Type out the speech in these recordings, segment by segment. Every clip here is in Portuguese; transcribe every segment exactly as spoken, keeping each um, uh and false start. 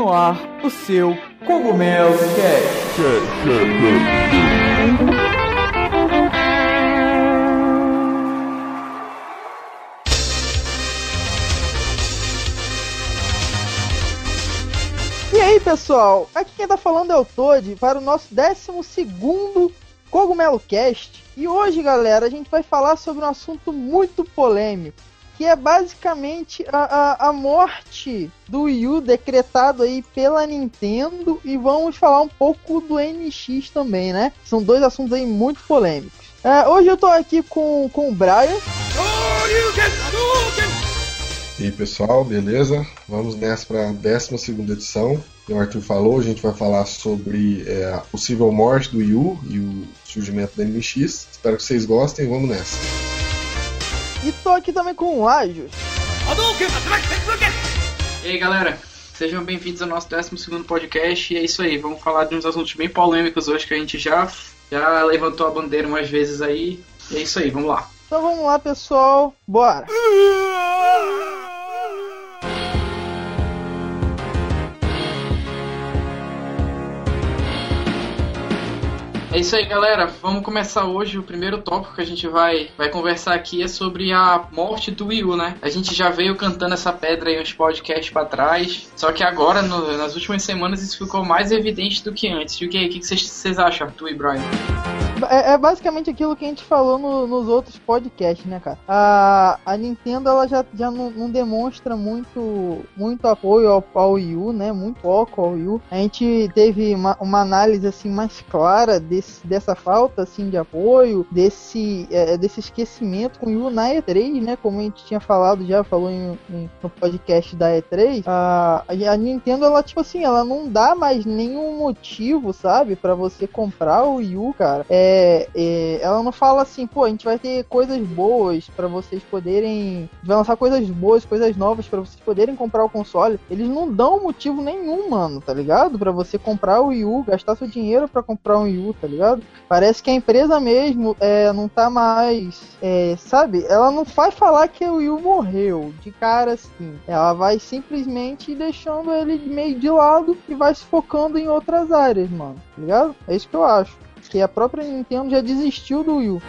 no ar o seu Cogumelo Cast. E aí, pessoal, aqui quem tá falando é o Todd para o nosso décimo segundo Cogumelo Cast. E hoje, galera, a gente vai falar sobre um assunto muito polêmico, que é basicamente a, a, a morte do Wii U decretado aí pela Nintendo, e vamos falar um pouco do N X também, né? São dois assuntos aí muito polêmicos. É, hoje eu tô aqui com, com o Brian. E aí, pessoal, beleza? Vamos nessa para a décima segunda edição. Como o Arthur falou, a gente vai falar sobre é, a possível morte do Wii U e o surgimento do N X. Espero que vocês gostem, vamos nessa. E tô aqui também com o Ajos. E aí, galera, sejam bem-vindos ao nosso décimo segundo podcast. E é isso aí, vamos falar de uns assuntos bem polêmicos hoje que a gente já, já levantou a bandeira umas vezes aí. E é isso aí, vamos lá. Então vamos lá, pessoal, bora! É isso aí, galera. Vamos começar hoje. O primeiro tópico que a gente vai, vai conversar aqui é sobre a morte do Wii U, né? A gente já veio cantando essa pedra aí uns podcasts pra trás. Só que agora, no, nas últimas semanas, isso ficou mais evidente do que antes. E o que, que vocês acham, Arthur e Brian? É, é basicamente aquilo que a gente falou no, nos outros podcasts, né, cara? A, a Nintendo, ela já, já não, não demonstra muito, muito apoio ao, ao Wii U, né? Muito foco ao Wii U. A gente teve uma, uma análise, assim, mais clara desse, dessa falta, assim, de apoio, desse, é, desse esquecimento com o Wii U na E três, né? Como a gente tinha falado, já falou em, em, no podcast da E três. A, a Nintendo, ela, tipo assim, ela não dá mais nenhum motivo, sabe? Pra você comprar o Wii U, cara. É, É, é, ela não fala assim, pô, a gente vai ter coisas boas pra vocês poderem, vai lançar coisas boas, coisas novas pra vocês poderem comprar o console. Eles não dão motivo nenhum, mano, tá ligado? Pra você comprar o Wii U, gastar seu dinheiro pra comprar um Wii U, tá ligado? Parece que a empresa mesmo é, não tá mais, é, sabe? Ela não vai falar que o Wii U morreu de cara assim. Ela vai simplesmente deixando ele meio de lado e vai se focando em outras áreas, mano, tá ligado? É isso que eu acho. Que a própria Nintendo já desistiu do Wii U.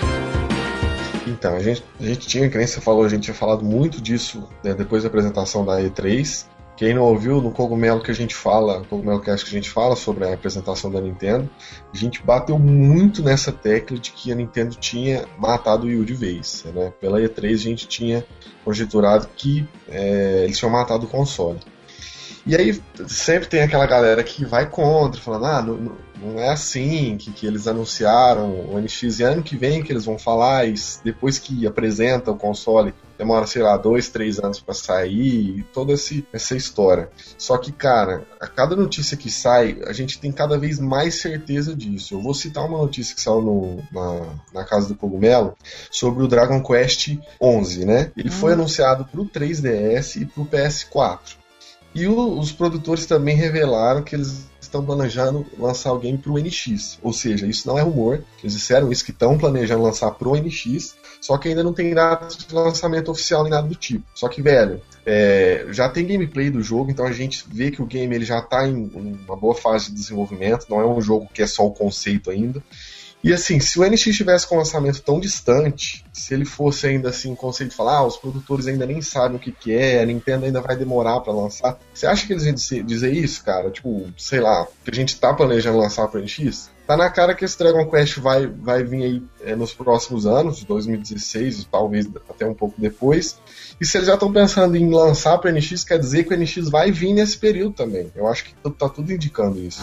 Então, a gente, a gente tinha, que nem você falou, a gente tinha falado muito disso, né, depois da apresentação da E três. Quem não ouviu, no Cogumelo que a gente fala, no Cogumelo Cast que a gente fala sobre a apresentação da Nintendo, a gente bateu muito nessa tecla de que a Nintendo tinha matado o Wii U de vez, né? Pela E três a gente tinha conjecturado que é, eles tinham matado o console. E aí sempre tem aquela galera que vai contra, falando, ah, não, não é assim que, que eles anunciaram o N X, e ano que vem que eles vão falar, e depois que apresenta o console, demora, sei lá, dois, três anos pra sair, e toda esse, essa história. Só que, cara, a cada notícia que sai, a gente tem cada vez mais certeza disso. Eu vou citar uma notícia que saiu no, na, na Casa do Cogumelo sobre o Dragon Quest onze, né? Ele hum. foi anunciado pro três D S e pro P S quatro. E o, os produtores também revelaram que eles estão planejando lançar o game pro N X. Ou seja, isso não é rumor. Eles disseram isso, que estão planejando lançar pro N X, só que ainda não tem data de lançamento oficial nem nada do tipo. Só que, velho, é, já tem gameplay do jogo, então a gente vê que o game ele já está em, em uma boa fase de desenvolvimento. Não é um jogo que é só o conceito ainda. E assim, se o N X tivesse com um lançamento tão distante, se ele fosse ainda assim um conceito de falar, ah, os produtores ainda nem sabem o que, que é, a Nintendo ainda vai demorar pra lançar, você acha que eles iam dizer, dizer isso, cara? Tipo, sei lá, que a gente tá planejando lançar pro N X? Tá na cara que esse Dragon Quest vai, vai vir aí é, nos próximos anos, dois mil e dezesseis, talvez até um pouco depois. E se eles já estão pensando em lançar pro N X, quer dizer que o N X vai vir nesse período também. Eu acho que tá tudo indicando isso.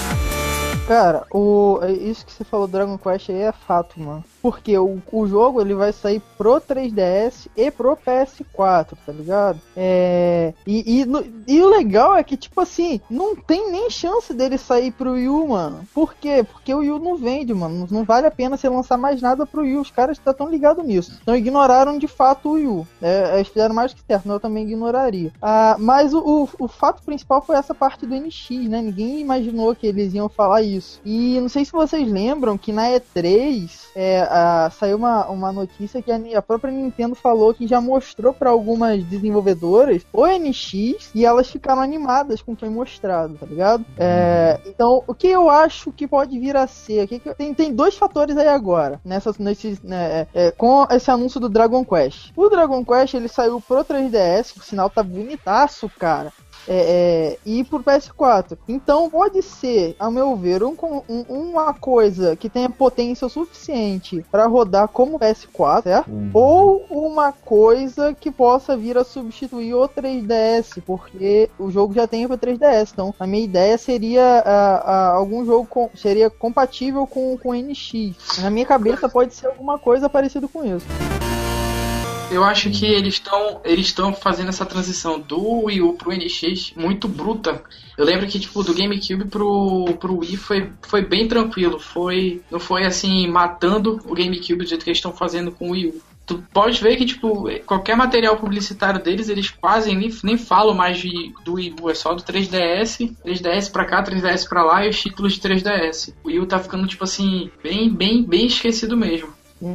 Cara, o, isso que você falou do Dragon Quest aí é fato, mano. Porque o, o jogo ele vai sair pro três D S e pro P S quatro, tá ligado? É, e, e, no, e o legal é que, tipo assim, não tem nem chance dele sair pro Wii U, mano. Por quê? Porque o Wii U não vende, mano. Não vale a pena você lançar mais nada pro Wii U. Os caras estão tão ligados nisso. Então ignoraram de fato o Wii U. É, eles fizeram mais que certo, não, eu também ignoraria. Ah, mas o, o, o fato principal foi essa parte do N X, né? Ninguém imaginou que eles iam falar isso. E não sei se vocês lembram que na E três, é, a, a, saiu uma, uma notícia que a, a própria Nintendo falou que já mostrou para algumas desenvolvedoras o N X e elas ficaram animadas com o que foi mostrado, tá ligado? É, então, o que eu acho que pode vir a ser... Que que, tem, tem dois fatores aí agora, nessas, nesses, né, é, com esse anúncio do Dragon Quest. O Dragon Quest, ele saiu pro três D S, o sinal tá bonitaço, cara. É, é, e por P S quatro. Então pode ser, ao meu ver, um, um, uma coisa que tenha potência o suficiente para rodar como P S quatro, certo? Uhum. Ou uma coisa que possa vir a substituir o três D S, porque o jogo já tem para três D S. Então a minha ideia seria uh, uh, algum jogo com, seria compatível com o N X. Na minha cabeça pode ser alguma coisa parecida com isso. Eu acho que eles estão eles estão fazendo essa transição do Wii U pro N X muito bruta. Eu lembro que tipo do GameCube pro, pro Wii foi, foi bem tranquilo. Foi, não foi assim matando o GameCube do jeito que eles estão fazendo com o Wii U. Tu pode ver que tipo qualquer material publicitário deles, eles quase nem, nem falam mais de, do Wii U. É só do três D S, três D S pra cá, três D S pra lá e os títulos de três D S. O Wii U tá ficando tipo assim bem, bem, bem esquecido mesmo.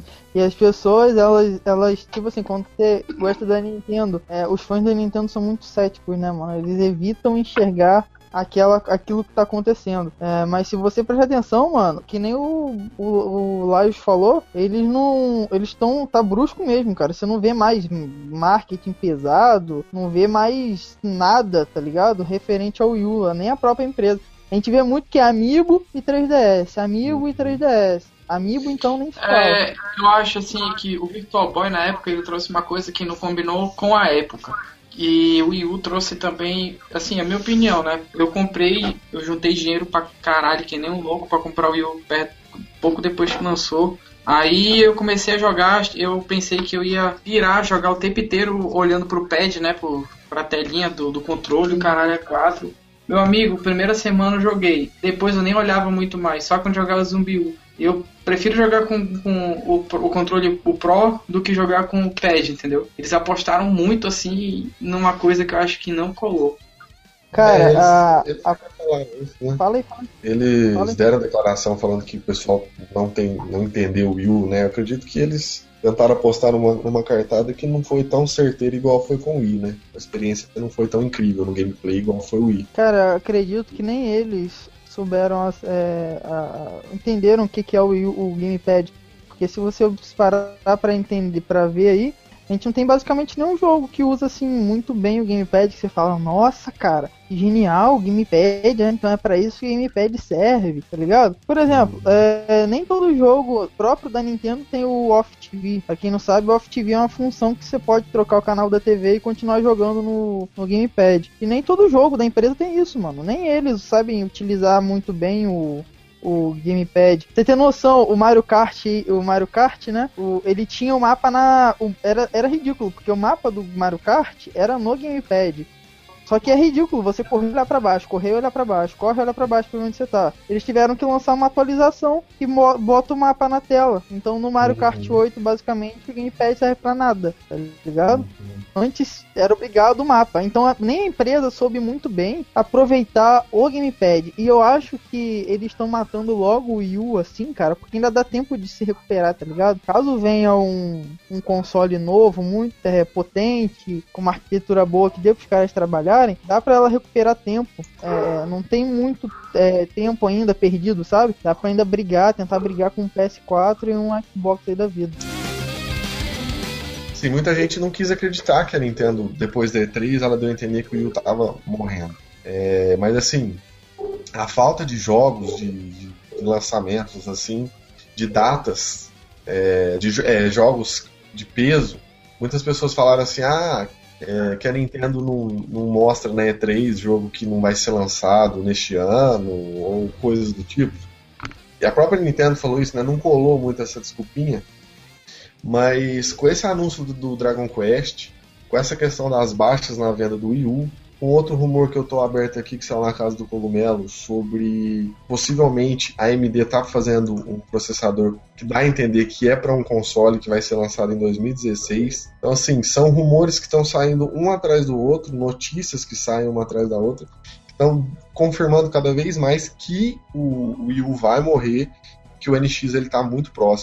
E as pessoas, elas, elas, tipo assim, quando você gosta da Nintendo, é, os fãs da Nintendo são muito céticos, né, mano? Eles evitam enxergar aquela, aquilo que tá acontecendo. É, mas se você prestar atenção, mano, que nem o, o, o Laios falou, eles não. Eles estão. Tá brusco mesmo, cara. Você não vê mais marketing pesado, não vê mais nada, tá ligado? Referente ao Wii U, nem a própria empresa. A gente vê muito que é Amiibo e três D S, Amiibo e três D S. Amiibo, então, nem se fala. É, eu acho assim que o Virtual Boy na época ele trouxe uma coisa que não combinou com a época. E o Wii U trouxe também, assim, a minha opinião, né? Eu comprei, eu juntei dinheiro pra caralho, que nem um louco, pra comprar o Wii U perto, pouco depois que lançou. Aí eu comecei a jogar, eu pensei que eu ia virar, jogar o tempo inteiro olhando pro pad, né? Pro, pra telinha do, do controle, o caralho é quatro. Meu amigo, primeira semana eu joguei, depois eu nem olhava muito mais, só quando jogava Zumbi U. Eu prefiro jogar com, com o, o controle o Pro do que jogar com o pad, entendeu? Eles apostaram muito, assim, numa coisa que eu acho que não colou. Cara, é, eles, a... eles a... isso, né? Fala aí, fala. Eles fala aí. deram a declaração falando que o pessoal não, tem, não entendeu o Wii U, né? Eu acredito que eles tentaram apostar numa, numa cartada que não foi tão certeira igual foi com o Wii, né? A experiência não foi tão incrível no gameplay igual foi o Wii. Cara, acredito que nem eles souberam, é, a, a, entenderam o que, que é o, o Gamepad, porque se você parar pra entender, pra ver aí, a gente não tem basicamente nenhum jogo que usa assim muito bem o Gamepad, que você fala, nossa cara, que genial o Gamepad, né? Então é pra isso que o Gamepad serve, tá ligado? Por exemplo, é, nem todo jogo próprio da Nintendo tem o Off T V. Pra quem não sabe, o Off T V é uma função que você pode trocar o canal da T V e continuar jogando no, no Gamepad. E nem todo jogo da empresa tem isso, mano. Nem eles sabem utilizar muito bem o... o Gamepad. Você tem noção, o Mario Kart, o Mario Kart, né? O, ele tinha o mapa na... O, era, era ridículo, porque o mapa do Mario Kart era no Gamepad. Só que é ridículo, você correr e olhar pra baixo, correr e olhar pra baixo, corre e olhar pra baixo pra onde você tá. Eles tiveram que lançar uma atualização que bota o mapa na tela. Então no Mario Kart oito, basicamente, o Gamepad serve pra nada, tá ligado? Antes era obrigado o mapa. Então nem a empresa soube muito bem aproveitar o Gamepad. E eu acho que eles estão matando logo o Wii U, assim, cara, porque ainda dá tempo de se recuperar, tá ligado? Caso venha um, um console novo, muito é, potente, com uma arquitetura boa que dê pros caras trabalharem, dá pra ela recuperar tempo. É, não tem muito é, tempo ainda perdido, sabe? Dá pra ainda brigar, tentar brigar com um P S quatro e um Xbox aí da vida. Sim, muita gente não quis acreditar que a Nintendo, depois da E três, ela deu a entender que o Wii U tava morrendo. É, mas assim, a falta de jogos, de, de lançamentos, assim, de datas, é, de é, jogos de peso, muitas pessoas falaram assim, ah, é, que a Nintendo não, não mostra na E três jogo que não vai ser lançado neste ano, ou coisas do tipo. E a própria Nintendo falou isso, né? Não colou muito essa desculpinha. Mas com esse anúncio do, do Dragon Quest, com essa questão das baixas na venda do Wii U, um outro rumor que eu tô aberto aqui, que saiu na casa do Cogumelo, sobre possivelmente a A M D tá fazendo um processador que dá a entender que é para um console que vai ser lançado em dois mil e dezesseis. Então assim, são rumores que estão saindo um atrás do outro, notícias que saem uma atrás da outra, estão confirmando cada vez mais que o Wii U vai morrer, que o N X ele tá muito próximo.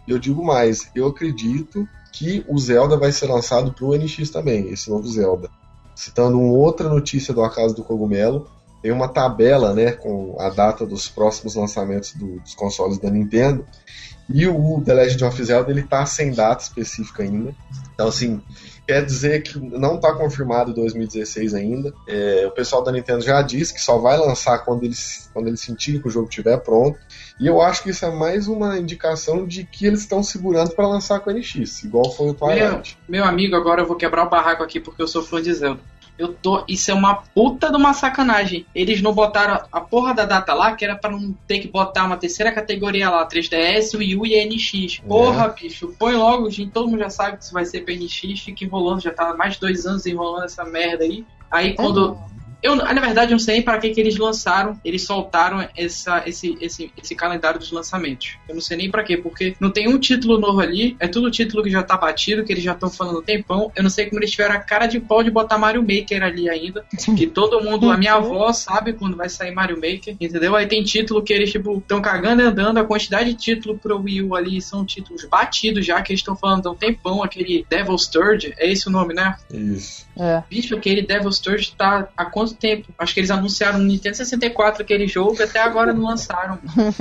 eu digo mais, eu acredito que o Zelda vai ser lançado pro N X também, esse novo Zelda. Citando uma outra notícia do Acaso do Cogumelo, tem uma tabela, né, com a data dos próximos lançamentos do, dos consoles da Nintendo, e o The Legend of Zelda ele tá sem data específica ainda. Então, assim, quer dizer que não está confirmado dois mil e dezesseis ainda. É, o pessoal da Nintendo já disse que só vai lançar quando eles, quando eles sentirem que o jogo estiver pronto. E eu acho que isso é mais uma indicação de que eles estão segurando para lançar com o N X, igual foi o Twilight. Meu, meu amigo, agora eu vou quebrar o barraco aqui porque eu sou fã de Zelda. Eu tô. Isso é uma puta de uma sacanagem. Eles não botaram a porra da data lá, que era pra não ter que botar uma terceira categoria lá, três D S, Wii U e N X. Porra, é. bicho, põe logo, gente. Todo mundo já sabe que isso vai ser pra N X, fica enrolando, já tá há mais de dois anos enrolando essa merda aí. Aí quando. Uhum. Eu, na verdade, eu não sei para que, que eles lançaram, eles soltaram essa, esse, esse, esse calendário dos lançamentos. Eu não sei nem para quê, porque não tem um título novo ali, é tudo título que já tá batido, que eles já estão falando um tempão. Eu não sei como eles tiveram a cara de pau de botar Mario Maker ali ainda, que todo mundo, a minha avó sabe quando vai sair Mario Maker, entendeu? Aí tem título que eles, tipo, estão cagando e andando, a quantidade de título pro Wii U ali são títulos batidos já, que eles estão falando há um tempão, aquele Devil's Third, é esse o nome, né? Isso. É. Bicho, aquele Devil's Third tá há quanto tempo? Acho que eles anunciaram no Nintendo sessenta e quatro aquele jogo e até agora não lançaram.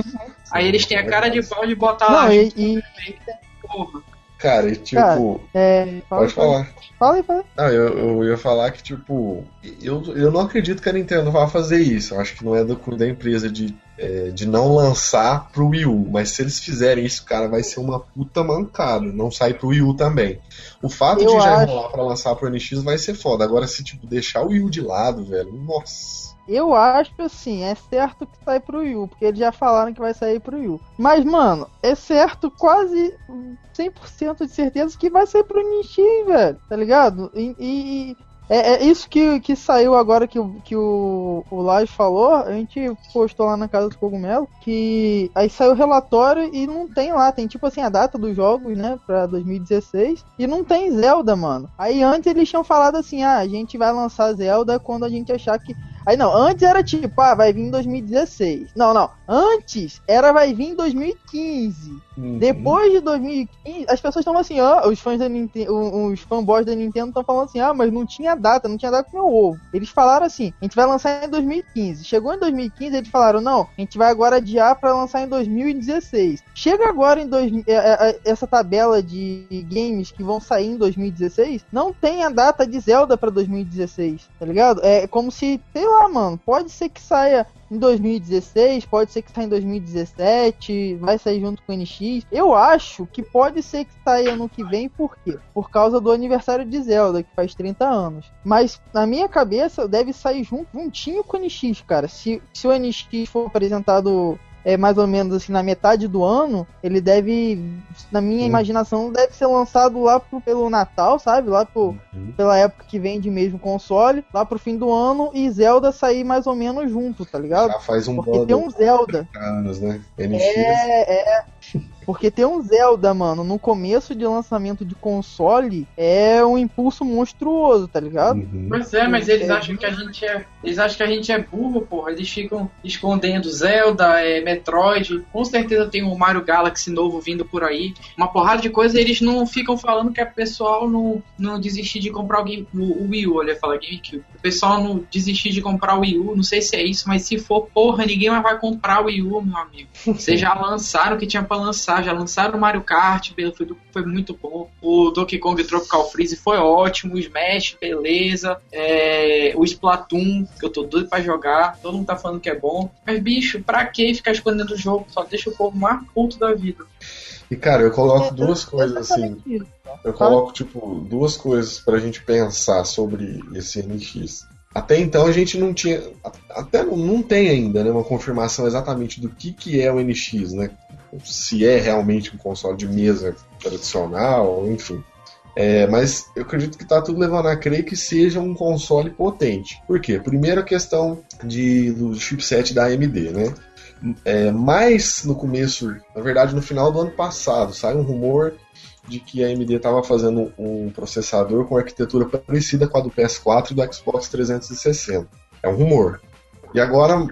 Aí eles têm a cara de pau de botar não, lá. E, e... Porra. Cara, e tipo... Cara, é... Pode falar. Fala aí, fala aí. Não, eu, eu ia falar que, tipo... Eu, eu não acredito que a Nintendo vá fazer isso. Eu acho que não é do, da empresa de, é, de não lançar pro Wii U. Mas se eles fizerem isso, cara, vai ser uma puta mancada. Não sai pro Wii U também. O fato eu de já acho... enrolar pra lançar pro N X vai ser foda. Agora, se, tipo, deixar o Wii U de lado, velho... Nossa... Eu acho assim, é certo que sai pro Wii U, porque eles já falaram que vai sair pro Wii U. Mas, mano, é certo quase cem por cento de certeza que vai sair pro N X, velho, tá ligado? E, e é, é isso que, que saiu agora que, que o, o Live falou, a gente postou lá na Casa do Cogumelo, que aí saiu o relatório e não tem lá, tem tipo assim a data dos jogos, né, pra dois mil e dezesseis, e não tem Zelda, mano. Aí antes eles tinham falado assim, ah, a gente vai lançar Zelda quando a gente achar que... Aí não, antes era tipo, ah, vai vir em dois mil e dezesseis. Não, não, antes era vai vir em dois mil e quinze. Uhum. Depois de dois mil e quinze, as pessoas estão assim, ah, os fãs da Nintendo, os fanboys da Nintendo estão falando assim, ah, mas não tinha data, não tinha data com meu ovo. Eles falaram assim, a gente vai lançar em dois mil e quinze. Chegou em dois mil e quinze, eles falaram, não, a gente vai agora adiar pra lançar em dois mil e dezesseis. Chega agora em dois, essa tabela de games que vão sair em dois mil e dezesseis, não tem a data de Zelda pra dois mil e dezesseis, tá ligado? É como se, sei lá, mano, pode ser que saia em dois mil e dezesseis, pode ser que saia em dois mil e dezessete, vai sair junto com o N X. Eu acho que pode ser que saia ano que vem, por quê? Por causa do aniversário de Zelda, que faz trinta anos. Mas, na minha cabeça, deve sair junto, juntinho com o N X, cara. Se, se o N X for apresentado... É mais ou menos assim, na metade do ano, ele deve, na minha uhum. imaginação, deve ser lançado lá pro, pelo Natal, sabe? Lá pro, uhum. pela época que vende mesmo o console, lá pro fim do ano, e Zelda sair mais ou menos junto, tá ligado? Já faz um Porque tem um Zelda. Anos, né? N X. É, é. Porque ter um Zelda, mano, no começo de lançamento de console é um impulso monstruoso, tá ligado? Uhum. Pois é, mas eles acham que a gente é. Eles acham que a gente é burro, porra. Eles ficam escondendo Zelda, é, Metroid. Com certeza tem o Mario Galaxy novo vindo por aí. Uma porrada de coisa, eles não ficam falando que o pessoal não, não desistir de comprar o, game, o, o Wii U, olha, fala GameCube. O pessoal não desistir de comprar o Wii U, não sei se é isso, mas se for, porra, ninguém mais vai comprar o Wii U, meu amigo. Vocês já lançaram o que tinha pra lançar. Já lançaram o Mario Kart, foi, foi muito bom. O Donkey Kong Tropical Freeze foi ótimo. O Smash, beleza. É, o Splatoon, que eu tô doido pra jogar. Todo mundo tá falando que é bom. Mas, bicho, pra que ficar escondendo o jogo? Só deixa o povo mais puto da vida. E, cara, eu coloco duas coisas assim. Eu coloco, tipo, duas coisas pra gente pensar sobre esse N X. Até então a gente não tinha, até não tem ainda, né, uma confirmação exatamente do que, que é o N X, né? Se é realmente um console de mesa tradicional, enfim. É, mas eu acredito que está tudo levando a crer que seja um console potente. Por quê? Primeiro a questão de, do chipset da A M D, né? É, mais no começo, na verdade no final do ano passado, saiu um rumor de que a A M D estava fazendo um processador com arquitetura parecida com a do P S quatro e do Xbox trezentos e sessenta. É um rumor. E agora,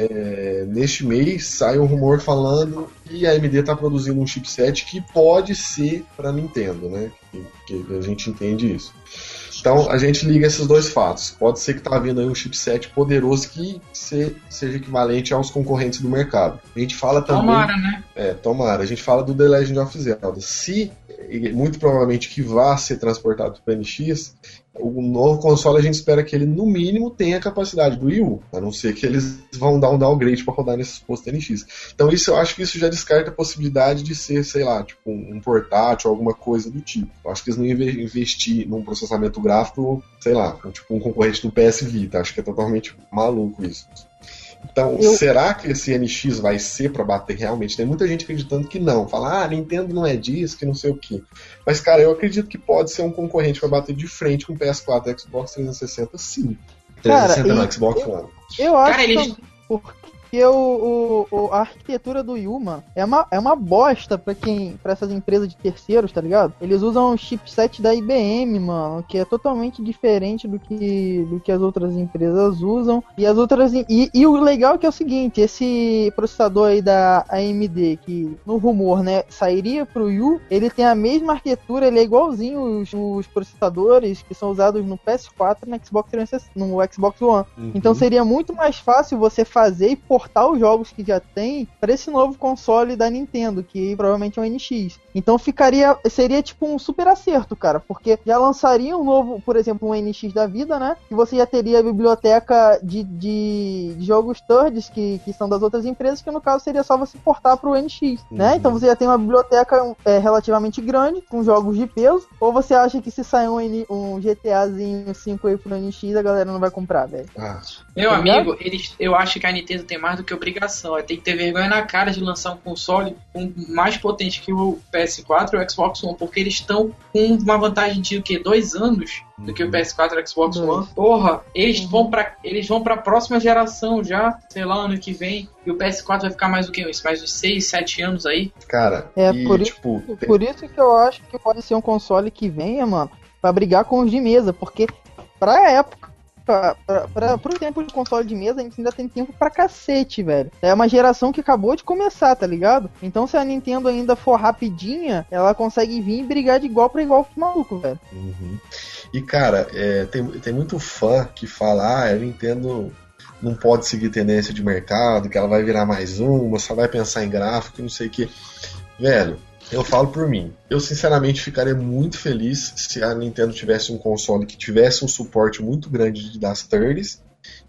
é, neste mês, sai um rumor falando que a A M D está produzindo um chipset que pode ser para Nintendo, né? Que, que a gente entende isso. Então a gente liga esses dois fatos. Pode ser que está vindo aí um chipset poderoso que se, seja equivalente aos concorrentes do mercado. A gente fala também. Tomara, né? É, tomara. A gente fala do The Legend of Zelda. Se, muito provavelmente, que vá ser transportado para o N X, o novo console a gente espera que ele, no mínimo, tenha a capacidade do Wii U, a não ser que eles vão dar um downgrade para rodar nesse suposto N X. Então isso, eu acho que isso já descarta a possibilidade de ser, sei lá, tipo um portátil ou alguma coisa do tipo. Eu acho que eles não iam investir num processamento gráfico, sei lá, tipo um concorrente do P S Vita. Acho que é totalmente maluco isso. Então, eu... será que esse N X vai ser para bater realmente? Tem muita gente acreditando que não. Fala, ah, Nintendo não é disso, que não sei o quê. Mas, cara, eu acredito que pode ser um concorrente para bater de frente com o P S quatro e Xbox trezentos e sessenta, sim. trezentos e sessenta no Xbox One. Eu acho cara, eles... que... Porque o, o, a arquitetura do Wii U, mano, é uma, é uma bosta pra quem, pra essas empresas de terceiros, tá ligado? Eles usam um chipset da I B M, mano, que é totalmente diferente do que, do que as outras empresas usam. E as outras. E, e o legal é que é o seguinte, esse processador aí da A M D, que no rumor, né, sairia pro Wii U, ele tem a mesma arquitetura, ele é igualzinho os, os processadores que são usados no P S quatro e no Xbox trezentos e sessenta, no Xbox One. Uhum. Então seria muito mais fácil você fazer e portar os jogos que já tem para esse novo console da Nintendo, que provavelmente é um N X. Então ficaria, seria tipo um super acerto, cara, porque já lançaria um novo, por exemplo, um N X da vida, né? E você já teria a biblioteca de, de, de jogos thirds que, que são das outras empresas, que no caso seria só você portar pro N X, uhum. né? Então você já tem uma biblioteca é, relativamente grande, com jogos de peso, ou você acha que se sair um, um GTAzinho cinco aí pro N X, a galera não vai comprar, velho? Ah. Meu tá amigo, eles, eu acho que a Nintendo tem mais do que obrigação. Tem que ter vergonha na cara de lançar um console mais potente que o P S quatro e o Xbox One, porque eles estão com uma vantagem de o quê? Dois anos do que o P S quatro e o Xbox uhum. One. Porra, eles uhum. vão pra eles vão pra próxima geração já, sei lá, ano que vem. E o P S quatro vai ficar mais o quê? Mais uns seis, sete anos aí? Cara, é e, por, tipo, isso, tem... por isso que eu acho que pode ser um console que venha, mano, pra brigar com os de mesa, porque pra época Pra, pra, pra, pro tempo de console de mesa, a gente ainda tem tempo pra cacete, velho. É uma geração que acabou de começar, tá ligado? Então se a Nintendo ainda for rapidinha, ela consegue vir e brigar de igual pra igual com o maluco, velho. Uhum. E cara, é, tem, tem muito fã que fala, ah, a Nintendo não pode seguir tendência de mercado, que ela vai virar mais uma, só vai pensar em gráfico, não sei o que. Velho, eu falo por mim. Eu sinceramente ficaria muito feliz se a Nintendo tivesse um console que tivesse um suporte muito grande das thirds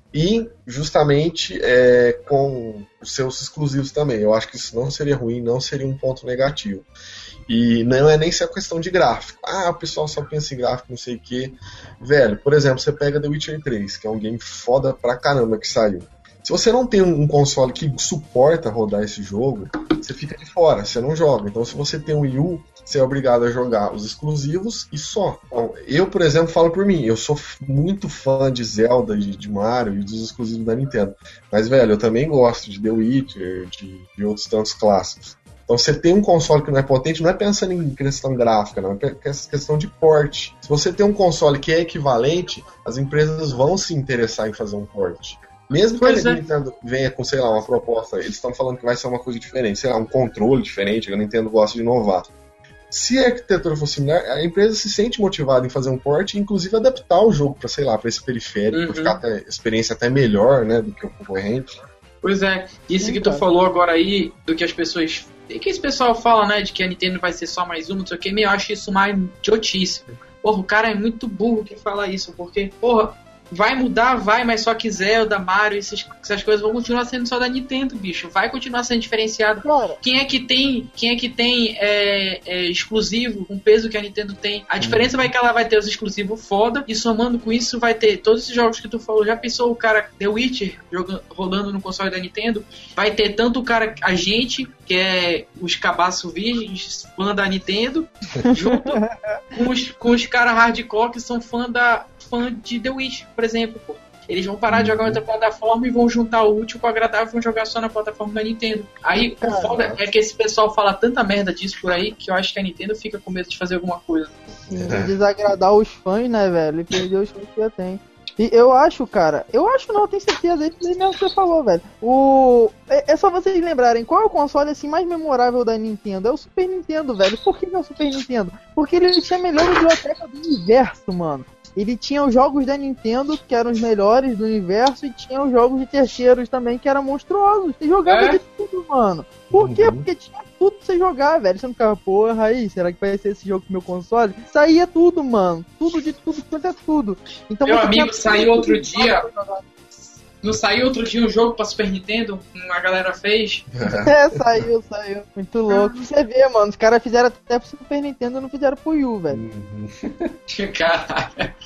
e justamente é, com os seus exclusivos também. Eu acho que isso não seria ruim, não seria um ponto negativo. E não é nem se é questão de gráfico. Ah, o pessoal só pensa em gráfico, não sei o que. Velho, por exemplo, você pega The Witcher três, que é um game foda pra caramba que saiu. Se você não tem um console que suporta rodar esse jogo, você fica de fora, você não joga. Então, se você tem um Wii U, você é obrigado a jogar os exclusivos e só. Então, eu, por exemplo, falo por mim, eu sou muito fã de Zelda, de, de Mario e dos exclusivos da Nintendo. Mas, velho, eu também gosto de The Witcher, de, de outros tantos clássicos. Então, você tem um console que não é potente, não é pensando em questão gráfica, não, é questão de porte. Se você tem um console que é equivalente, as empresas vão se interessar em fazer um porte. Mesmo que pois a é. Nintendo venha com, sei lá, uma proposta, eles estão falando que vai ser uma coisa diferente, sei lá, um controle diferente, a Nintendo gosta de inovar. Se a arquitetura for similar, a empresa se sente motivada em fazer um port e inclusive adaptar o jogo para, sei lá, para esse periférico, uhum. para ficar até, experiência até melhor, né, do que o concorrente. Pois é, isso Sim, que tu cara. falou agora aí, do que as pessoas... E que esse pessoal fala, né, de que a Nintendo vai ser só mais uma, não sei o que, eu acho isso mais idiotice. Porra, o cara é muito burro que fala isso, porque, porra... Vai mudar, vai, mas só que Zelda, Mario, esses, essas coisas vão continuar sendo só da Nintendo, bicho. Vai continuar sendo diferenciado. Claro. Quem é que tem, quem é que tem é, é, exclusivo, um peso que a Nintendo tem? A diferença hum. vai que ela vai ter os exclusivos foda, e somando com isso vai ter todos esses jogos que tu falou. Já pensou o cara The Witcher jogando, rolando no console da Nintendo? Vai ter tanto o cara, a gente, que é os cabaços virgens, fã da Nintendo, junto com os, com os caras hardcore que são fã da... fã de The Witch, por exemplo, pô. Eles vão parar de jogar em outra plataforma e vão juntar o útil com o agradável e vão jogar só na plataforma da Nintendo. Aí o foda é que esse pessoal fala tanta merda disso por aí que eu acho que a Nintendo fica com medo de fazer alguma coisa. Sim, desagradar os fãs, né, velho? E perder os fãs que já tem. E eu acho, cara, eu acho não, eu tenho certeza, é isso mesmo que você falou, velho. O... É, é só vocês lembrarem, qual é o console assim mais memorável da Nintendo? É o Super Nintendo, velho. Por que, que é o Super Nintendo? Porque ele tinha a melhor biblioteca do universo, mano. Ele tinha os jogos da Nintendo, que eram os melhores do universo, e tinha os jogos de terceiros também, que eram monstruosos. Você jogava É? de tudo, mano. Por quê? Uhum. Porque tinha tudo pra você jogar, velho. Você não ficava, porra, aí, será que vai ser esse jogo pro meu console? Saía tudo, mano. Tudo de tudo, quanto é tudo. Então, Meu você amigo, tinha saiu tudo outro de dia. pra jogar. Não saiu outro dia um jogo pra Super Nintendo? Uma galera fez. É, saiu, saiu. Muito louco. Você vê, mano, os caras fizeram até pro Super Nintendo e não fizeram pro Wii U, velho. Uhum. Caralho.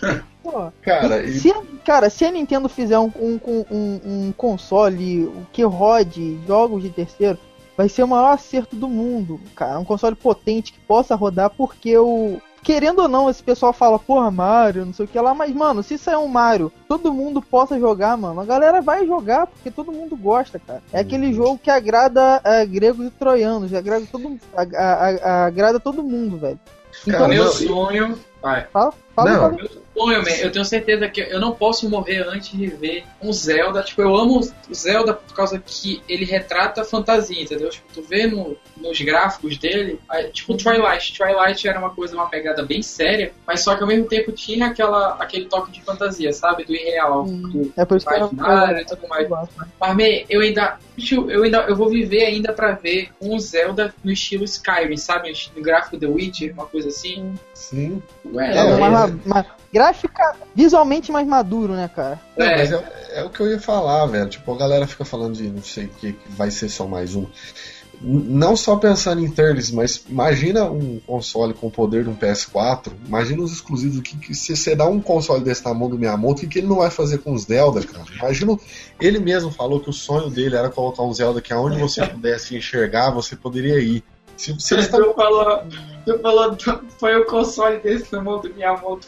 Pô. Cara, e Se, cara, se a Nintendo fizer um, um, um, um console que rode jogos de terceiro, vai ser o maior acerto do mundo, cara. Um console potente que possa rodar, porque o... Querendo ou não, esse pessoal fala, porra, Mario, não sei o que lá, mas, mano, se sair um Mario, todo mundo possa jogar, mano, a galera vai jogar, porque todo mundo gosta, cara. É aquele jogo que agrada é, gregos e troianos, agrada todo, a, a, a, agrada todo mundo, velho. Então, Cara, Meu não, sonho. Vai. fala, fala, Não. fala. Meu sonho, man, eu tenho certeza que eu não posso morrer antes de ver um Zelda. Tipo, eu amo o Zelda por causa que ele retrata a fantasia, entendeu? Tipo, tu vê no, nos gráficos dele, aí, tipo o Twilight. Twilight era uma coisa, uma pegada bem séria, mas só que ao mesmo tempo tinha aquela, aquele toque de fantasia, sabe? Do irreal, Hum, do É por isso que eu, imaginário e tudo mais. eu gosto. Mas, man, eu ainda, bicho, eu ainda, eu vou viver ainda pra ver um Zelda no estilo Skyrim, sabe? No gráfico The Witcher, uma coisa assim. sim. Ué, É, É, mais, mas- mais- gráfica, visualmente mais maduro, né, cara? Não, É. mas é, é o que eu ia falar, velho. Tipo, a galera fica falando de não sei o que, que vai ser só mais um. N- Não só pensando em turns, mas imagina um console com o poder de um P S quatro. Imagina os exclusivos. O que, que, se você dá um console desse na mão do Miyamoto, o que, que ele não vai fazer com os Zelda, cara? Imagina. Ele mesmo falou que o sonho dele era colocar um Zelda que aonde você pudesse enxergar, você poderia ir. Se, se eles Tu falou, tu falou, foi o console desse na mão do Miyamoto.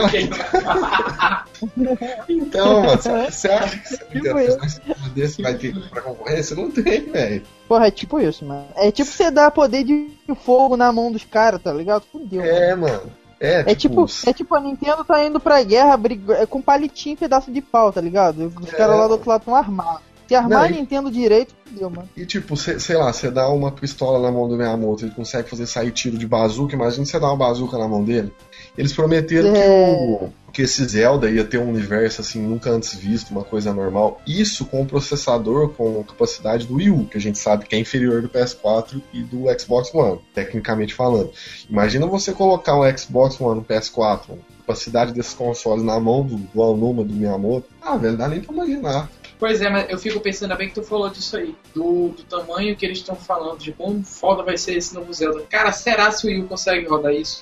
Então, mano, você você acha que você Tipo vai ter um sistema desse vai ter pra concorrência? Não tem, velho. Porra, é tipo isso, mano. É tipo você dar poder de fogo na mão dos caras, tá ligado? Fudeu. mano. É, mano. É, É tipo, é tipo a Nintendo tá indo pra guerra briga- é com palitinho e pedaço de pau, tá ligado? Os É. caras lá do outro lado estão armados. Se armar Não, a e- Nintendo direito, fudeu, mano. E tipo, cê- sei lá, você dá uma pistola na mão do Miyamoto, ele consegue fazer sair tiro de bazuca, imagina você dar uma bazuca na mão dele. Eles prometeram É. que, o, que esse Zelda ia ter um universo assim, nunca antes visto, uma coisa normal. Isso com o processador com capacidade do Wii U, que a gente sabe que é inferior do P S quatro e do Xbox One, tecnicamente falando. Imagina você colocar um Xbox One no P S quatro, a capacidade desses consoles na mão do, do Aonuma, do Miyamoto. Ah, velho, dá nem pra imaginar. Pois é, mas eu fico pensando, ainda bem que tu falou disso aí, do, do tamanho que eles estão falando, de quão foda vai ser esse novo Zelda. Cara, será se o Wii U consegue rodar isso?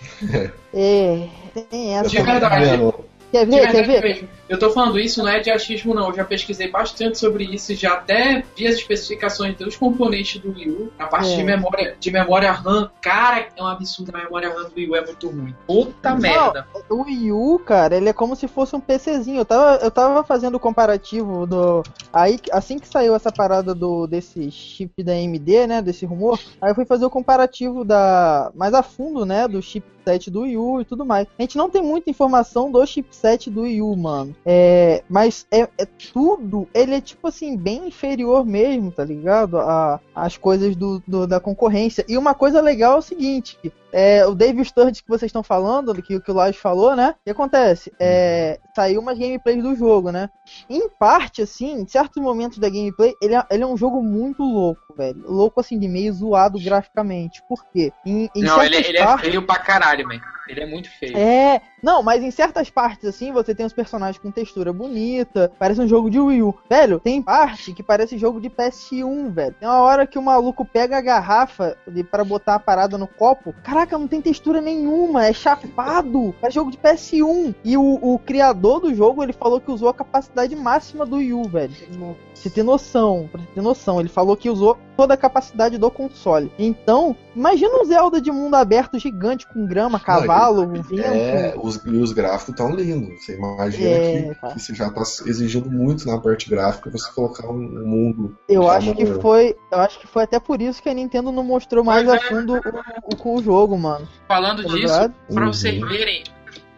É, tem essa. De verdade. vendo. Quer De ver? Quer verdade ver? mesmo. Eu tô falando isso, não é de achismo não, eu já pesquisei bastante sobre isso, já até vi as especificações dos componentes do Wii U, na parte É. de memória de memória RAM. Cara, é um absurdo, a memória RAM do Wii U é muito ruim. Puta Não, merda. O Wii U, cara, ele é como se fosse um PCzinho. Eu tava, eu tava fazendo o comparativo do. Aí, assim que saiu essa parada do desse chip da A M D, né? Desse rumor, aí eu fui fazer o comparativo da. Mais a fundo, né? Do chipset do Wii U e tudo mais. A gente não tem muita informação do chipset do Wii U, mano. É, mas é, é tudo. Ele é tipo assim, bem inferior mesmo, tá ligado? A, as coisas do, do- da concorrência. E uma coisa legal é o seguinte. É, o Dave Sturridge que vocês estão falando, que, que o Lars falou, né? O que acontece? É, saiu umas gameplays do jogo, né? Em parte, assim, em certos momentos da gameplay, ele é, ele é um jogo muito louco, velho. Louco, assim, de meio zoado graficamente. Por quê? Em, em Não, ele, certas ele é partes- feio pra caralho, man. Ele é muito feio. é, não, mas em certas partes, assim, você tem os personagens com textura bonita, parece um jogo de Wii U. Velho, tem parte que parece jogo de P S um, velho. Tem uma hora que o maluco pega a garrafa de, pra botar a parada no copo. Caraca, não tem textura nenhuma, é chapado. É jogo de P S um. E o, o criador do jogo, ele falou que usou a capacidade máxima do Wii U, velho. Pra você ter noção, pra você ter noção. Ele falou que usou toda a capacidade do console. Então, imagina um Zelda de mundo aberto gigante com grama, cavalo, vento. É, os, e os gráficos estão lindos. Você imagina É, que, cara. que você já está exigindo muito na parte gráfica você colocar um, um mundo. Eu já acho que no- foi, eu acho que foi até por isso que a Nintendo não mostrou mais Pois a é. fundo o, o, o jogo, mano. Falando Tá disso, ligado? pra Uhum. vocês verem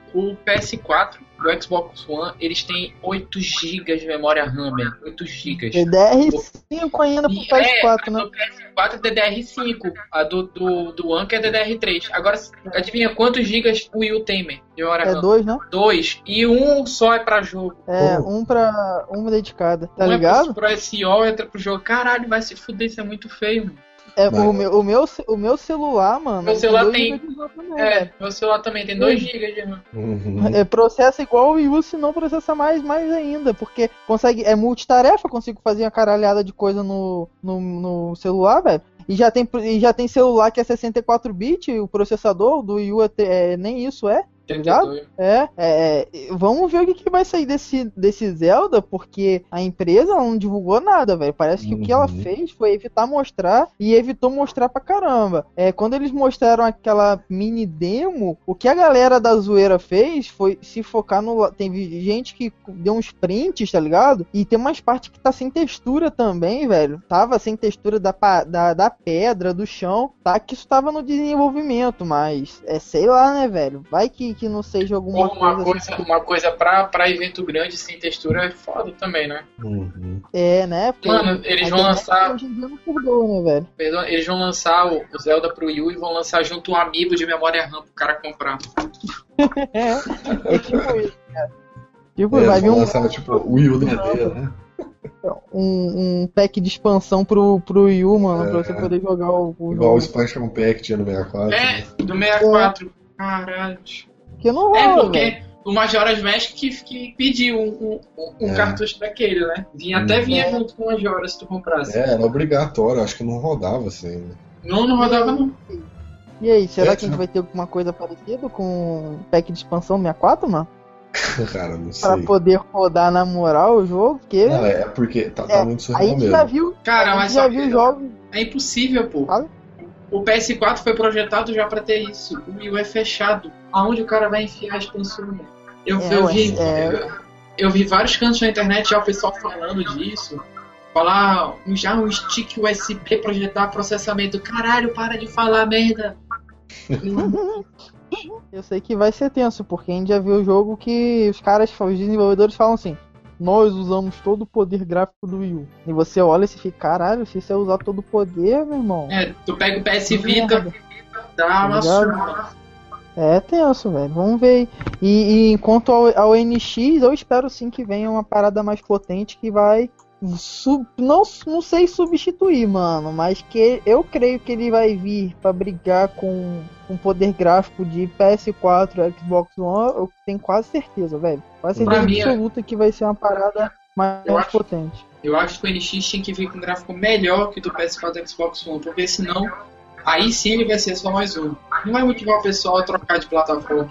o P S quatro e o Xbox One, eles têm oito gigas de memória RAM, velho. oito gigas. D D R cinco ainda pro E P S quatro, é, né? a do P S quatro é D D R cinco, a do, do, do One que é D D R três. Agora, adivinha quantos gigas o Wii U tem, man, de memória É RAM? dois, né? Dois. E um só é pra jogo. É, Oh. um pra. uma dedicada, tá um ligado? é pro S E O e outra pro jogo. Caralho, vai se fuder, isso é muito feio, mano. É, Mas- o, meu, o, meu, o meu celular, mano. Meu celular dois tem- gigas de RAM também, É, velho. meu celular também tem dois gigas de RAM. Uhum. É, processa igual o Wii U, se não processa mais, mais ainda, porque consegue, é multitarefa, consigo fazer uma caralhada de coisa no, no, no celular, velho. E já tem, e já tem celular que é sessenta e quatro bits, o processador do Wii U é, é, nem isso é. Tá ligado? É, é, é, vamos ver o que, que vai sair desse, desse Zelda, porque a empresa não divulgou nada, velho. Parece que Uhum. o que ela fez foi evitar mostrar e evitou mostrar pra caramba. É, quando eles mostraram aquela mini demo, o que a galera da zoeira fez foi se focar no... Tem gente que deu uns prints, tá ligado? E tem umas partes que tá sem textura também, velho. Tava sem textura da, pa- da, da pedra, do chão, tá? Que isso tava no desenvolvimento, mas é, sei lá, né, velho? Vai que que não seja alguma Ou uma coisa, coisa, uma coisa pra, pra evento grande sem textura é foda também, né? Uhum. é, né? Porque Mano, eles a vão internet lançar. hoje em dia não perdoa, né, velho? Perdão, eles vão lançar o, o Zelda pro Wii U e vão lançar junto um amiibo de memória RAM pro cara comprar. É, é tipo isso, cara. Tipo, É, vai vir vão um, lançar, tipo, o Wii U D D, né? um, um pack de expansão pro, pro Wii U, mano, É. pra você poder jogar o, o Igual o jogo. Expansion Pack que tinha no sessenta e quatro. É, né? do sessenta e quatro. Caralho. Que não É, rola, porque velho. o Majora's Mask que, que pediu um, um, um É. cartucho daquele, né? Vinha, até Uhum. vinha junto com o Majora's se tu comprasse. É, era obrigatório, acho que não rodava assim, né? Não, não rodava não. E aí, será É, que a gente tipo- vai ter alguma coisa parecida com o pack de expansão sessenta e quatro, mano? Cara, não Pra sei. poder rodar na moral o jogo, porque Não, é porque tá, tá É, muito a surreal gente mesmo. já viu, Cara, a mas gente já só viu que jogos. é impossível, pô. Fala. O P S quatro foi projetado já pra ter isso. O Wii U é fechado. Aonde o cara vai enfiar a expansão? Eu, É, eu, ué, vi, é. eu, eu vi vários cantos na internet já o pessoal falando disso. Falar já um stick U S B projetar processamento. Caralho, para de falar merda. Eu sei que vai ser tenso, porque a gente já viu o jogo que os caras, os desenvolvedores falam assim: nós usamos todo o poder gráfico do Wii U. E você olha e você fica, caralho, se você usar todo o poder, meu irmão. É, tu pega o P S Que Vita, merda. dá uma Ligado? surra. É tenso, velho. Vamos ver aí. E, e quanto ao, ao N X, eu espero sim que venha uma parada mais potente que vai. Sub, não, não sei substituir, mano, mas que eu creio que ele vai vir pra brigar com um poder gráfico de P S quatro e Xbox One. Eu tenho quase certeza, velho. Quase Pra certeza mim, é- absoluta que vai ser uma parada mais Eu acho- potente. Eu acho que o N X tinha que vir com um gráfico melhor que o do P S quatro e Xbox One, porque senão, aí sim ele vai ser só mais um. Não vai motivar o pessoal a trocar de plataforma.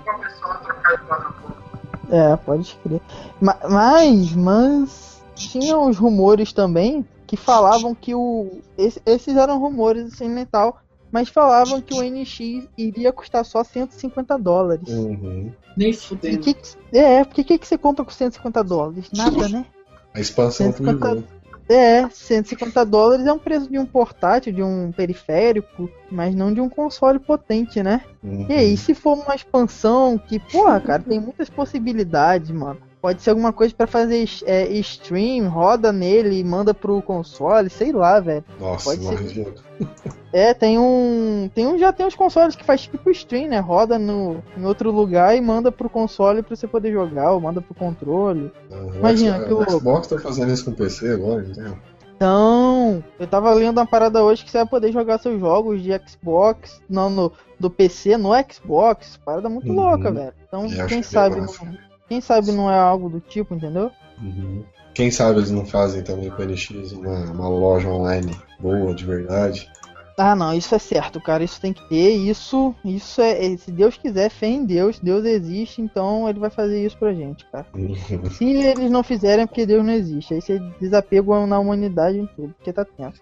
É, pode crer. Ma- Mas, mas tinha os rumores também que falavam que o. esse- Esses eram rumores assim e tal, mas falavam que o N X iria custar só cento e cinquenta dólares. Uhum. Nem E fudendo. que que, é, porque que, que você compra com cento e cinquenta dólares? Nada, né? A expansão pro Wii U. cento e cinquenta É, cento e cinquenta dólares é um preço de um portátil, de um periférico, mas não de um console potente, né? Uhum. E aí, se for uma expansão que, porra, cara, tem muitas possibilidades, mano. Pode ser alguma coisa pra fazer é, stream, roda nele e manda pro console, sei lá, velho. Nossa, pode ser. imagina. É, tem um, tem um. Já tem uns consoles que faz tipo stream, né? Roda no, em outro lugar e manda pro console pra você poder jogar, ou manda pro controle. Uhum. Imagina, o que louco. Xbox tá fazendo isso com o P C agora, então. Então, eu tava lendo uma parada hoje que você vai poder jogar seus jogos de Xbox, não, no, do P C no Xbox. Parada muito Uhum. louca, velho. Então, É, acho quem que é sabe, bem não, massa. quem sabe não é algo do tipo, entendeu? Uhum. Quem sabe eles não fazem também com o N X uma, uma loja online boa, de verdade. Ah, não, isso é certo, cara. Isso tem que ter. Isso, isso é. Se Deus quiser, fé em Deus. Deus existe, então ele vai fazer isso pra gente, cara. Uhum. Se eles não fizerem, é porque Deus não existe. Aí você desapega na humanidade em tudo, porque tá tenso.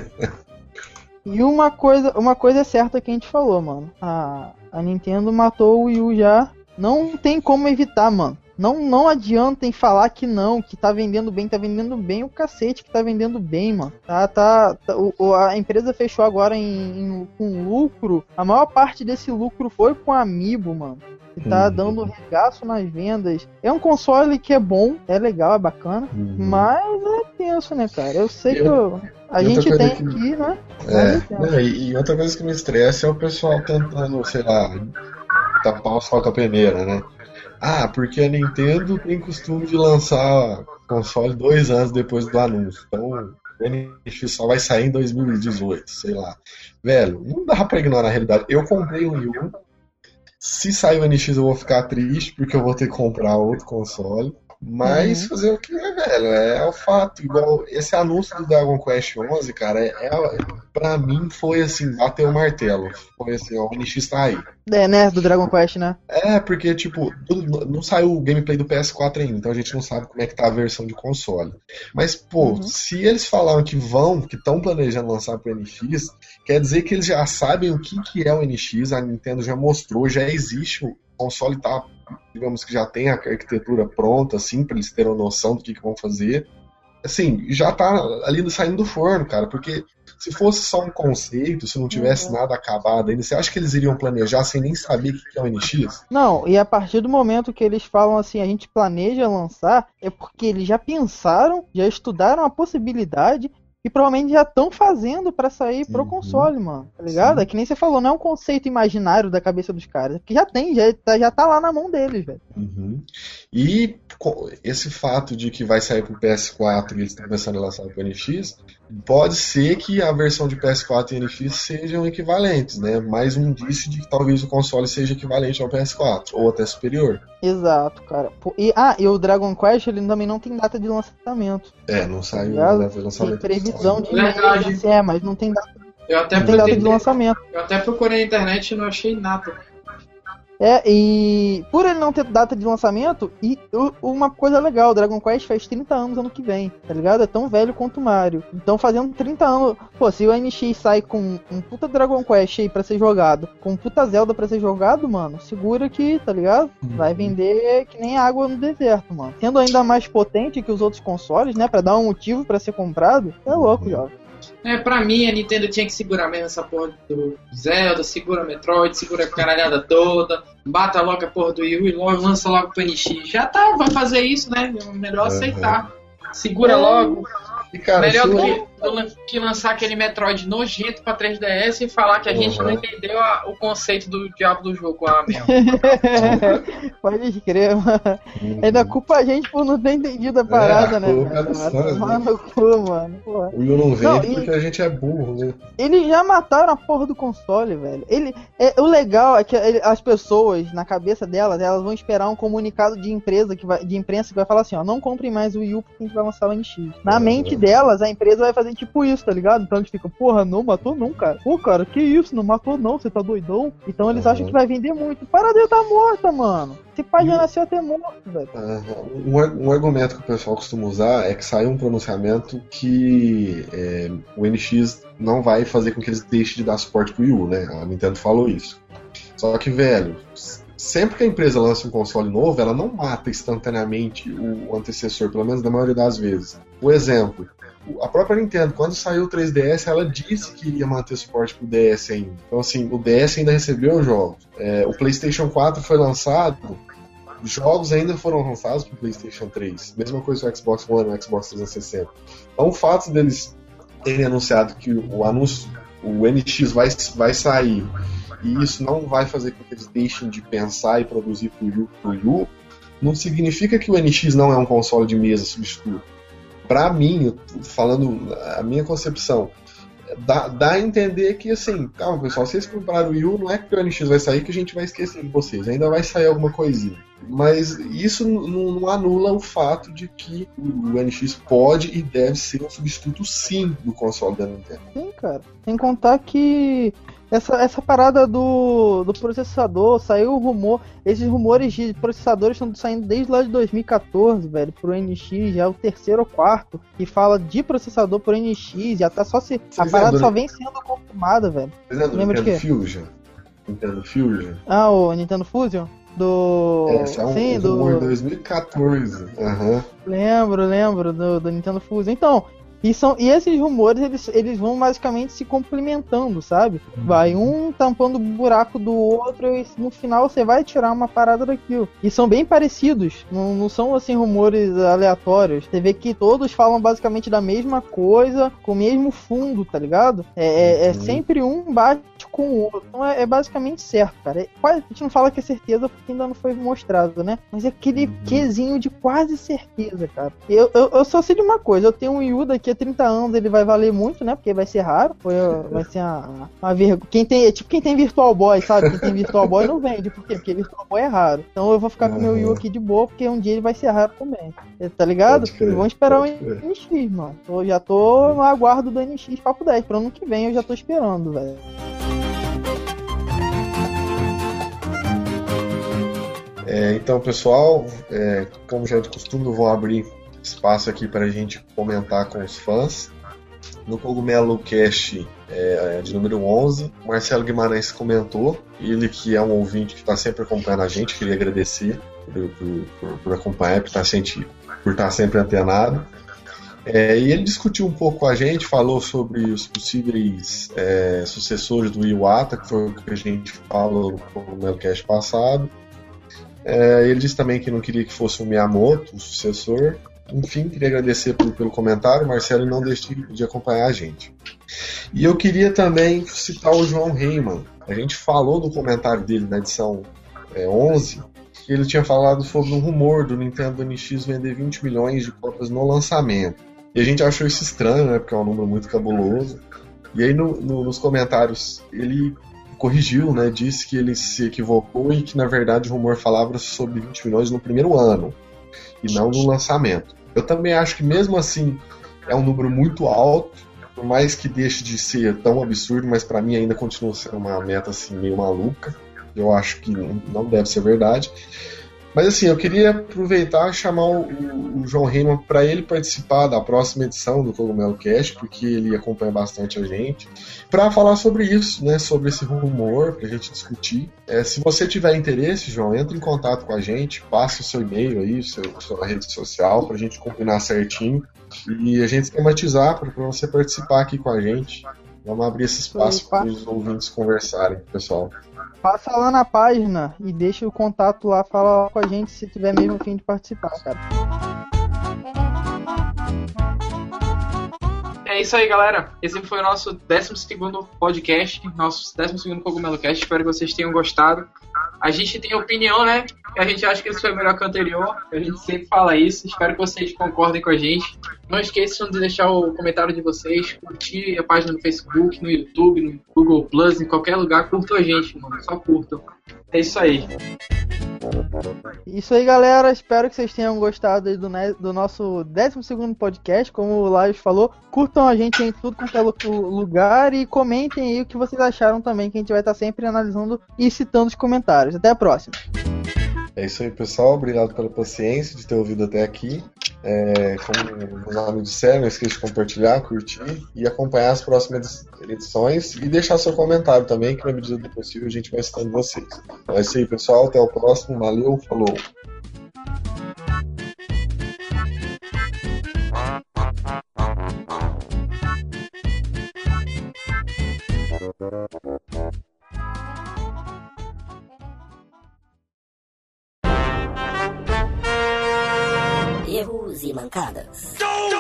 E uma coisa, uma coisa é certa que a gente falou, mano. A, a Nintendo matou o Wii U já. Não tem como evitar, mano. Não, não adiantem falar que não, que tá vendendo bem, tá vendendo bem o cacete que tá vendendo bem, mano. Tá, tá, tá o, a empresa fechou agora em, em, com lucro. A maior parte desse lucro foi com a Amiibo, mano. Que tá uhum. dando regaço nas vendas. É um console que é bom, é legal, é bacana, uhum. mas é tenso, né, cara? Eu sei eu, que eu, a gente tem que, aqui, né? É, é, e outra coisa que me estressa é o pessoal tentando, sei lá, tapar o sol com a peneira, né? Ah, porque a Nintendo tem costume de lançar console dois anos depois do anúncio. Então, o N X só vai sair em dois mil e dezoito, sei lá. Velho, não dá pra ignorar a realidade. Eu comprei um Wii U. Se sair o N X eu vou ficar triste porque eu vou ter que comprar outro console. Mas uhum. fazer o que, né, velho? É o fato. Igual esse anúncio do Dragon Quest onze, cara, é, é, pra mim foi assim, bater o martelo. Foi assim, ó, o N X tá aí. É, né? Do Dragon Quest, né? É, porque, tipo, não saiu o gameplay do P S quatro ainda, então a gente não sabe como é que tá a versão de console. Mas, pô, uhum. se eles falaram que vão, que estão planejando lançar pro N X, quer dizer que eles já sabem o que, que é o N X, a Nintendo já mostrou, já existe, o console tá, digamos que já tem a arquitetura pronta, assim, pra eles terem uma noção do que, que vão fazer. Assim, já tá ali saindo do forno, cara, porque se fosse só um conceito, se não tivesse uhum. nada acabado ainda, você acha que eles iriam planejar sem nem saber o que é o N X? Não, e a partir do momento que eles falam assim, a gente planeja lançar, é porque eles já pensaram, já estudaram a possibilidade e provavelmente já estão fazendo pra sair pro uhum. console, mano, tá ligado? Sim. É que nem você falou, não é um conceito imaginário da cabeça dos caras, é porque já tem, já tá, já tá lá na mão deles, velho. Uhum. E esse fato de que vai sair pro P S quatro e eles estão começando a lançar pro N X, pode ser que a versão de P S quatro e N X sejam equivalentes, né? Mais um indício de que talvez o console seja equivalente ao P S quatro, ou até superior. Exato, cara. E, ah, e o Dragon Quest, ele também não tem data de lançamento. É, não saiu data de lançamento. Tem previsão de mês, é, mas não tem data, eu até não tem data de lançamento. Eu até procurei na internet e não achei nada. É, e por ele não ter data de lançamento, e uma coisa legal, o Dragon Quest faz trinta anos ano que vem, tá ligado? É tão velho quanto o Mario. Então fazendo trinta anos, pô, se o N X sai com um puta Dragon Quest aí pra ser jogado, com um puta Zelda pra ser jogado, mano, segura que, tá ligado? Vai vender que nem água no deserto, mano. Sendo ainda mais potente que os outros consoles, né, pra dar um motivo pra ser comprado, é louco, jovem. É, pra mim a Nintendo tinha que segurar mesmo essa porra do Zelda, segura Metroid, segura a caralhada toda, bata logo a porra do Wii U e logo lança logo pro N X. Já tá, vai fazer isso, né? É melhor aceitar. Segura logo. E, cara, melhor do que, que lançar aquele Metroid nojento pra três D S e falar que a uhum. gente não entendeu a, o conceito do diabo do jogo. Ah, meu. Pode crer, mano. Uhum. Ainda culpa a gente por não ter entendido a parada, é, né? Mano, cu, mano. Porra. O Will não vende não, porque e... a gente é burro, né? Eles já mataram a porra do console, velho. Ele, é, o legal é que ele, as pessoas, na cabeça delas, elas vão esperar um comunicado de empresa que vai, de imprensa que vai falar assim, ó, não comprem mais o Wii U porque a gente vai lançar o N X. Na uhum. mente delas, a empresa vai fazer tipo isso, tá ligado? Então eles ficam, porra, não matou não, cara. Pô, cara, que isso? Não matou não, você tá doidão? Então eles uhum. acham que vai vender muito. Para de tá morta, mano. Esse pai já nasceu até morto, velho. Uhum. Um, um argumento que o pessoal costuma usar é que saiu um pronunciamento que é, o N X não vai fazer com que eles deixem de dar suporte pro Wii U, né? A Nintendo falou isso. Só que, velho, sempre que a empresa lança um console novo, ela não mata instantaneamente o antecessor, pelo menos na maioria das vezes. Por exemplo, a própria Nintendo, quando saiu o três D S, ela disse que ia manter suporte pro D S ainda. Então, assim, o D S ainda recebeu os jogos. É, o PlayStation quatro foi lançado, os jogos ainda foram lançados pro PlayStation três. Mesma coisa com o Xbox One e o Xbox trezentos e sessenta. Então, o fato deles terem anunciado que o anúncio, o N X vai, vai sair, e isso não vai fazer com que eles deixem de pensar e produzir pro Wii U, não significa que o N X não é um console de mesa substituto. Pra mim, falando a minha concepção, dá, dá a entender que, assim, calma pessoal, se vocês compraram o Wii U, não é que o N X vai sair que a gente vai esquecer de vocês, ainda vai sair alguma coisinha. Mas isso não, não anula o fato de que o N X pode e deve ser um substituto, sim, do console da Nintendo. Sim, cara. Sem contar que essa, essa parada do, do processador, saiu o rumor, esses rumores de processadores estão saindo desde lá de dois mil e catorze, velho, pro N X, já é o terceiro ou quarto, que fala de processador pro N X, já tá só se... Vocês a parada lembram? Só vem sendo confirmada, velho. Vocês lembram do Nintendo Fusion? Nintendo Fusion? Ah, o Nintendo Fusion? Do. Esse é um, Sim, um do. rumor de dois mil e quatorze. Aham. Lembro, lembro do, do Nintendo Fusion. Então, e, são, e esses rumores, eles, eles vão basicamente se complementando, sabe? Vai um tampando o buraco do outro e no final você vai tirar uma parada daquilo. E são bem parecidos, não, não são assim rumores aleatórios. Você vê que todos falam basicamente da mesma coisa, com o mesmo fundo, tá ligado? É, é, é sempre um bate com o outro. Então é, é basicamente certo, cara. É, quase, a gente não fala que é certeza porque ainda não foi mostrado, né? Mas é aquele uhum. quesinho de quase certeza, cara. Eu, eu, eu só sei de uma coisa, eu tenho um Wii U daqui a trinta anos, ele vai valer muito, né? Porque vai ser raro. Foi, vai ser uma, uma vergonha. Quem tem, é tipo quem tem Virtual Boy, sabe? Quem tem Virtual Boy não vende. Por quê? Porque Virtual Boy é raro. Então eu vou ficar uhum. com o meu Wii U aqui de boa, porque um dia ele vai ser raro também. Tá ligado? E vamos esperar o N X, mano. Eu já tô no aguardo do N X Papo dez. Pro ano que vem eu já tô esperando, velho. É, então, pessoal, é, como já é de costume, eu vou abrir espaço aqui para a gente comentar com os fãs. No Cogumelo Cast é, de número onze, o Marcelo Guimarães comentou, ele que é um ouvinte que está sempre acompanhando a gente, queria agradecer por, por, por, por acompanhar, por estar, sempre, por estar sempre antenado. É, e ele discutiu um pouco com a gente, falou sobre os possíveis é, sucessores do Iwata, que foi o que a gente falou no Cogumelo Cast passado. É, ele disse também que não queria que fosse o Miyamoto, o sucessor. Enfim, queria agradecer pelo, pelo comentário, Marcelo, e não deixe de acompanhar a gente. E eu queria também citar o João Heyman. A gente falou no comentário dele na edição é, onze, que ele tinha falado sobre um rumor do Nintendo N X vender vinte milhões de cópias no lançamento. E a gente achou isso estranho, né, porque é um número muito cabuloso. E aí no, no, nos comentários ele corrigiu, né, disse que ele se equivocou e que na verdade o rumor falava sobre vinte milhões no primeiro ano e não no lançamento. Eu também acho que mesmo assim é um número muito alto, por mais que deixe de ser tão absurdo, mas para mim ainda continua sendo uma meta assim meio maluca. Eu acho que não deve ser verdade. Mas assim, eu queria aproveitar e chamar o, o João Heyman para ele participar da próxima edição do Cogumelo Cast, porque ele acompanha bastante a gente, para falar sobre isso, né, sobre esse rumor, para a gente discutir. É, se você tiver interesse, João, entre em contato com a gente, passe o seu e-mail aí, seu, sua rede social, para a gente combinar certinho e a gente esquematizar para você participar aqui com a gente. Vamos abrir esse espaço para os ouvintes conversarem, pessoal. Passa lá na página e deixa o contato lá, fala com a gente se tiver mesmo a fim de participar, cara. É isso aí, galera. Esse foi o nosso décimo segundo podcast, nosso décimo segundo Cogumelo Cast. Espero que vocês tenham gostado. A gente tem opinião, né? A gente acha que esse foi melhor que o anterior. A gente sempre fala isso. Espero que vocês concordem com a gente. Não esqueçam de deixar o comentário de vocês, curtir a página no Facebook, no YouTube, no Google Plus, em qualquer lugar. Curtam a gente, mano. Só curtam. É isso aí. Isso aí, galera. Espero que vocês tenham gostado aí do, do nosso décimo segundo podcast. Como o Laios falou, curtam a gente em tudo quanto é lugar e comentem aí o que vocês acharam também, que a gente vai estar sempre analisando e citando os comentários. Até a próxima. É isso aí, pessoal. Obrigado pela paciência de ter ouvido até aqui. É, como os amigos disseram, não esqueça de compartilhar, curtir e acompanhar as próximas edições e deixar seu comentário também, que na medida do possível a gente vai citando vocês. Então é isso aí, pessoal. Até o próximo. Valeu, falou! Erros e mancadas.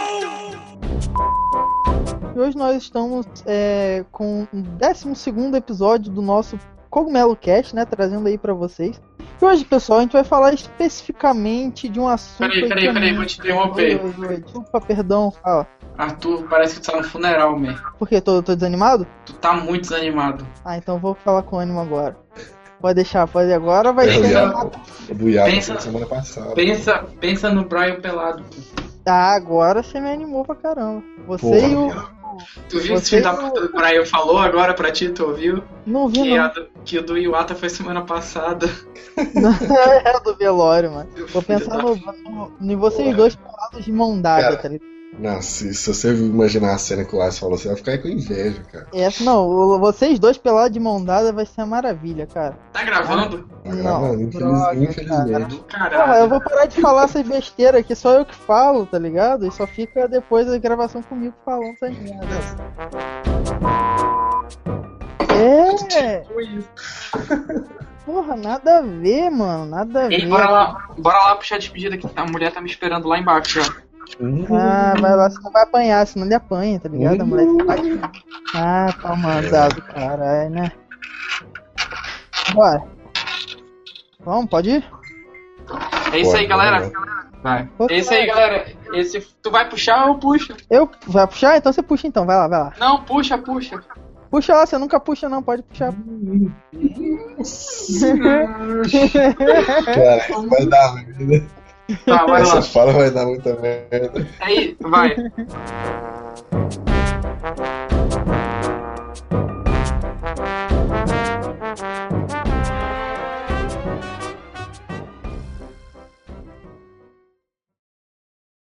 E hoje nós estamos é, com o décimo segundo episódio do nosso Cogumelo Cast, né? Trazendo aí pra vocês. E hoje, pessoal, a gente vai falar especificamente de um assunto... Peraí, peraí, peraí, vou te interromper. Oi, oi, oi. Desculpa, perdão, fala. Arthur, parece que tu tá no funeral, man. Por quê? Tô, tô desanimado? Tu tá muito desanimado. Ah, então vou falar com o ânimo agora. Pode deixar, pode ir agora, vai é, ser... O Buiago pensa, semana passada. Pensa, pensa no Brian pelado. Ah, agora você me animou pra caramba. Você Porra, e o... Tu viu o que o Brian falou agora pra ti, tu ouviu? Não vi, que não. Do, que o do Iwata foi semana passada. É do velório, mano. Vou pensar no, no, em vocês Porra. dois pelados de mão dada, tá ligado? Não, se, se você imaginar a cena que o Lars falou, você vai ficar aí com inveja, cara. Essa, não, o- vocês dois pelados de mão dada vai ser uma maravilha, cara. Tá gravando? Tá Não, gravando, infeliz- droga, infelizmente. Porra, Caralho. eu vou parar de falar essas besteiras aqui, só eu que falo, tá ligado? E só fica depois da gravação comigo falando essas merdas. É, Foi isso. porra, nada a ver, mano, nada a Ei, ver. bora lá, bora lá puxar a despedida que a mulher tá me esperando lá embaixo, ó. Hum, Ah, vai lá, senão vai apanhar, senão ele apanha, tá ligado? A mulher se bate. Ah, tá mandado, caralho, né? Bora. Vamos, pode ir? É isso aí, Bora, galera. Vai. É isso aí, galera. Esse, tu vai puxar ou puxa? Eu? Vai puxar? Então você puxa então, vai lá, vai lá. Não, puxa, puxa. Puxa lá, você nunca puxa não, pode puxar. Cara, vai dar merda. Tá, vai lá. Essa fala vai dar muita merda. Aí, vai.